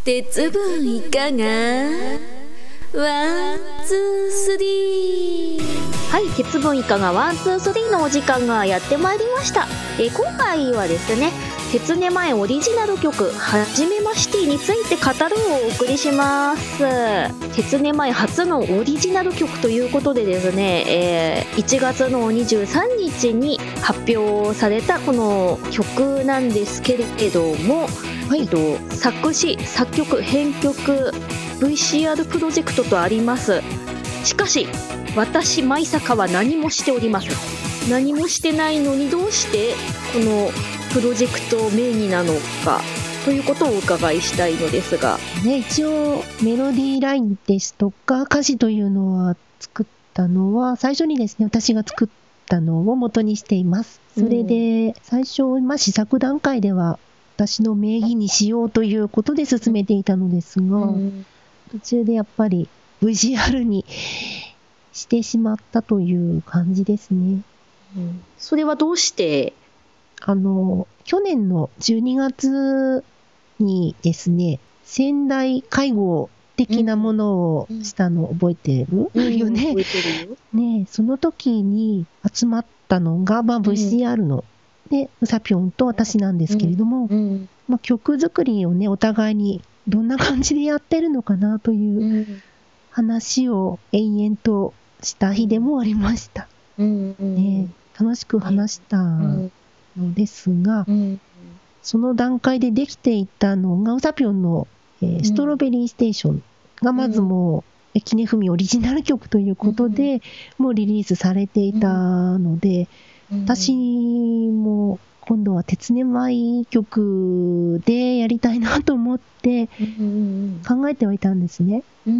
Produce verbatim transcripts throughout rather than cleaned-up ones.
鉄分いかがワン、ツー、スリー。 はい、鉄分以下がワン、ツー、スリーのお時間がやってまいりました。えー、今回はですね、鉄根前オリジナル曲はじめましてについて語るをお送りします。鉄根前初のオリジナル曲ということでですね、えー、いちがつのにじゅうさんにちに発表されたこの曲なんですけれども、はい、と作詞作曲編曲 ブイシーアール プロジェクトとあります。しかし私舞坂は何もしておりません。何もしてないのにどうしてこのプロジェクト名義なのかということをお伺いしたいのですが、 ね、一応メロディーラインですとか歌詞というのは作ったのは最初にですね、私が作ったのを元にしています。それで最初、まあ、試作段階では私の名義にしようということで進めていたのですが、うん、途中でやっぱり ブイシーアール にしてしまったという感じですね。 うん、それはどうしてあの去年のじゅうにがつにですね、仙台会合的なものをしたの覚えてる、うん、よね、覚えてるよね。その時に集まったのが、まあ、ブイシーアール の、うん、でうさぴょんと私なんですけれども、うんうん、まあ、曲作りをねお互いにどんな感じでやってるのかなという話を延々とした日でもありました、うんうんね、楽しく話した、うんのですが、うん、その段階でできていたのがうさぴょんの、えー、ストロベリーステーションがまずもう関根文オリジナル曲ということで、うん、もうリリースされていたので、うん、私も今度は鉄根舞曲でやりたいなと思って考えてはいたんですね、うん、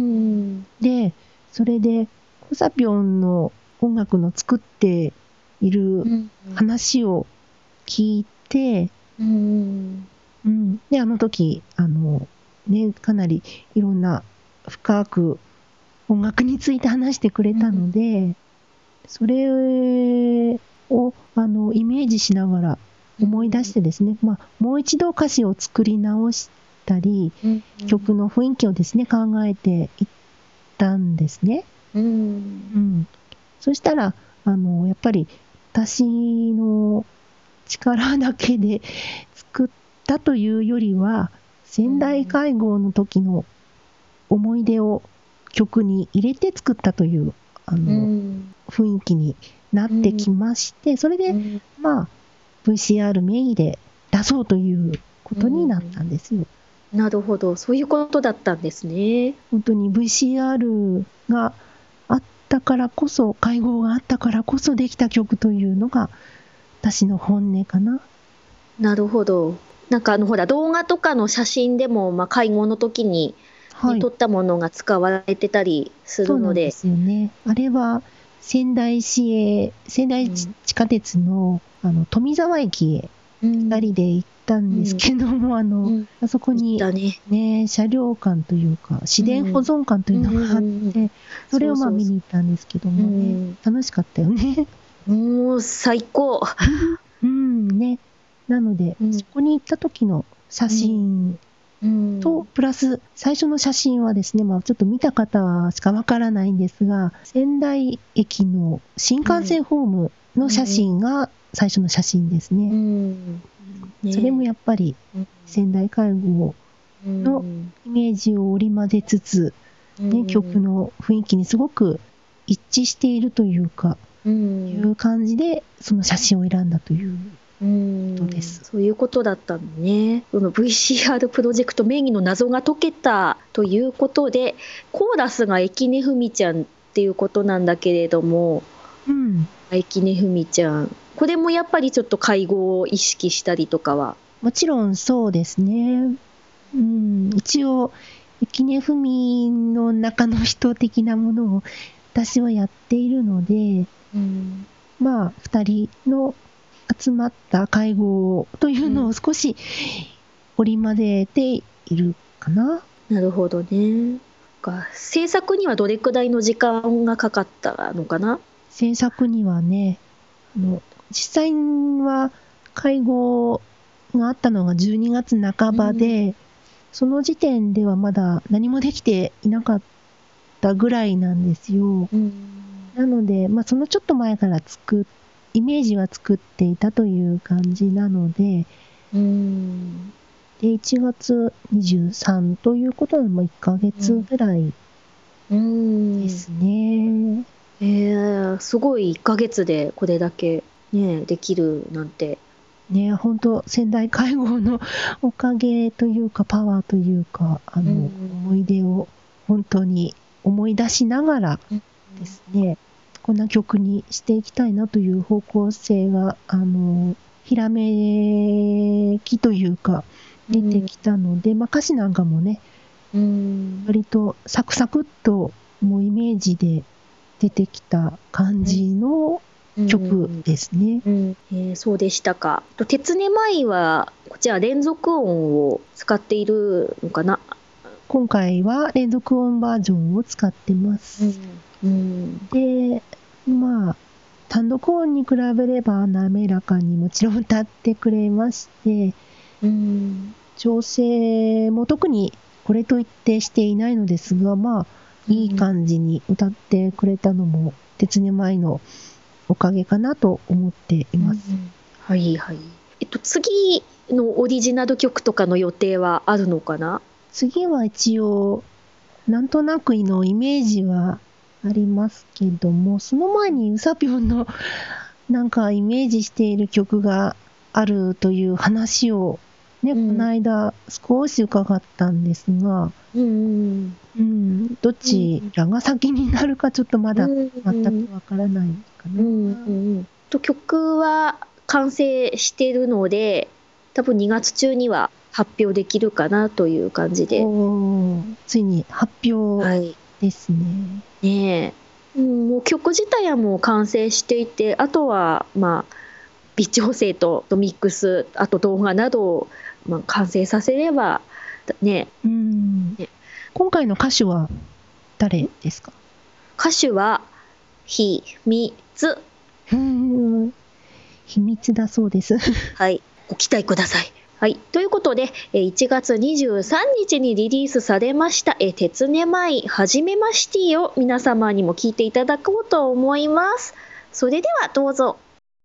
でそれでうさぴょんの音楽の作っている話を聞いて、うんうん、であの時あの、ね、かなりいろんな深く音楽について話してくれたので、うん、それをあのイメージしながら思い出してですね、まあ、もう一度歌詞を作り直したり、うん、曲の雰囲気をですね考えていったんですね、うんうん、そしたらあのやっぱり私の力だけで作ったというよりは仙台会合の時の思い出を曲に入れて作ったというあの、うん、雰囲気になってきまして、それで、うん、まあ ブイシーアール 名義で出そうということになったんですよ、 うん、なるほど、そういうことだったんですね。 本当に ブイシーアール があったからこそ、会合があったからこそできた曲というのが私の本音かな。 なるほど。なんかあのほら動画とかの写真でも、まあ、会合の時に、はい、撮ったものが使われてたりするので。そうなんですよね。あれは仙台市営仙台地下鉄の、うん、あの富沢駅へふたりで行ったんですけども、うん、あの、うん、あそこに、ねね、車両館というか市電保存館というのがあって、うん、それをまあ見に行ったんですけどもね、うん、楽しかったよね。 もう最高うんね、なので、うん、そこに行った時の写真と、うん、プラス最初の写真はですね、まあ、ちょっと見た方しかわからないんですが、仙台駅の新幹線ホームの写真が最初の写真ですね、うんね、それもやっぱり仙台会合のイメージを織り交ぜつつ、ね、うん、曲の雰囲気にすごく一致しているというか、うん、いう感じでその写真を選んだということです。 うん、そういうことだったのね。その ブイシーアール プロジェクト名義の謎が解けたということで、コーラスが駅根文ちゃんっていうことなんだけれども、うん、駅根文ちゃん、これもやっぱりちょっと会合を意識したりとかは。 もちろんそうですね、うん、一応駅根文の中の人的なものを私はやっているので、うん、まあふたりの集まった会合というのを少し織り交ぜているかな、 うん、なるほどね。制作にはどれくらいの時間がかかったのかな。 制作にはね、あの実際は会合があったのがじゅうにがつなかばで、 その時点ではまだ何もできていなかったぐらいなんですよ。 うん、 なので、まあ、そのちょっと前から作っイメージは作っていたという感じなので、 うん、 でいちがつにじゅうさんということで、まあ、いっかげつぐらいですね。 うんえー、すごいいっかげつでこれだけ、ね、できるなんて。 ね、本当仙台会合のおかげというかパワーというかあの、うん、思い出を本当に思い出しながらですね、うん、こんな曲にしていきたいなという方向性があのひらめきというか出てきたので、うんまあ、歌詞なんかもね、うん、割とサクサクっともうイメージで出てきた感じの曲ですね、 うんうんえー、そうでしたか。鉄音舞はこちら連続音を使っているのかな。 今回は連続音バージョンを使ってます、うんうん、でまあ単独音に比べれば滑らかにもちろん歌ってくれまして、うん、調整も特にこれといってしていないのですが、まあいい感じに歌ってくれたのも鉄音舞のおかげかなと思っています、うん、 はいはい。えっと次のオリジナル曲とかの予定はあるのかな。 次は一応なんとなくのイメージはありますけども、その前にうさぴょんのなんかイメージしている曲があるという話をね、うん、この間少し伺ったんですが、うんうん、どちらが先になるかちょっとまだ全くわからないかな、うんうんうん、 と曲は完成しているので多分にがつ中には発表できるかなという感じで、 ついに発表ですね、 はい、ねえ、うん、もう曲自体はもう完成していて、あとはまあ微調整とミックス、あと動画などをまあ完成させればね。 うんね、今回の歌手は誰ですか？ 歌手は秘密。 うん秘密だそうです。 はい、ご期待ください。はい、ということでいちがつにじゅうさんにちにリリースされました鉄音舞はじめましてを皆様にも聞いていただこうと思います。それではどうぞ。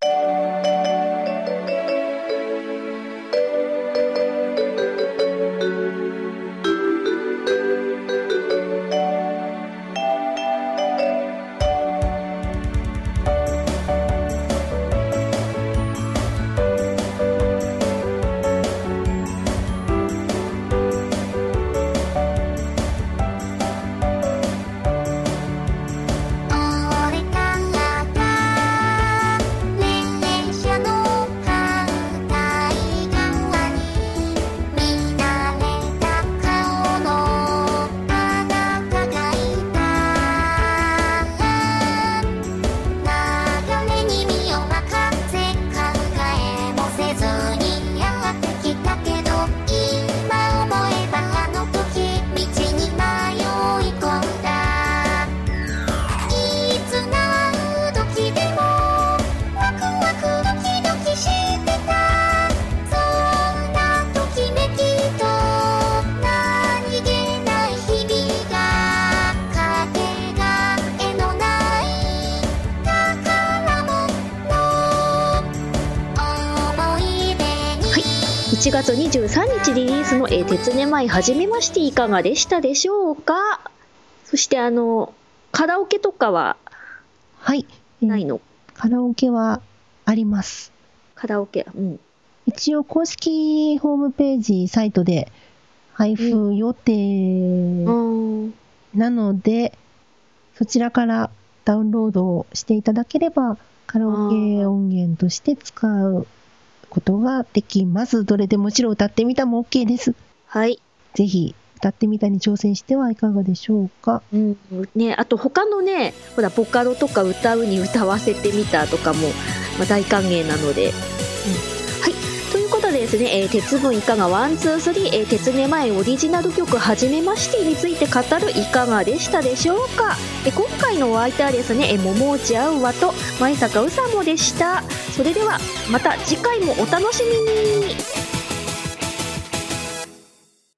いちがつにじゅうさんにちリリースの、えー、鉄音舞はじめましていかがでしたでしょうか。そしてあのカラオケとかははいないの、 えー、カラオケはあります。 カラオケ、うん、 一応公式ホームページサイトで配布予定なので、うん、そちらからダウンロードをしていただければカラオケ音源として使うことができます。どれでもちろん歌ってみたも OK です。 はい。ぜひ歌ってみたに挑戦してはいかがでしょうか。 うんね、あと他のね、ほらボカロとか歌うに歌わせてみたとかも、まあ、大歓迎なので、うん、はい。ということでですね、えー、鉄分いかがワンツースリー、えー、鉄音舞オリジナル曲はじめましてについて語るいかがでしたでしょうか。えー、今回のお相手はですね、えー、桃内あうわと前坂うさもでした。それではまた次回もお楽しみに。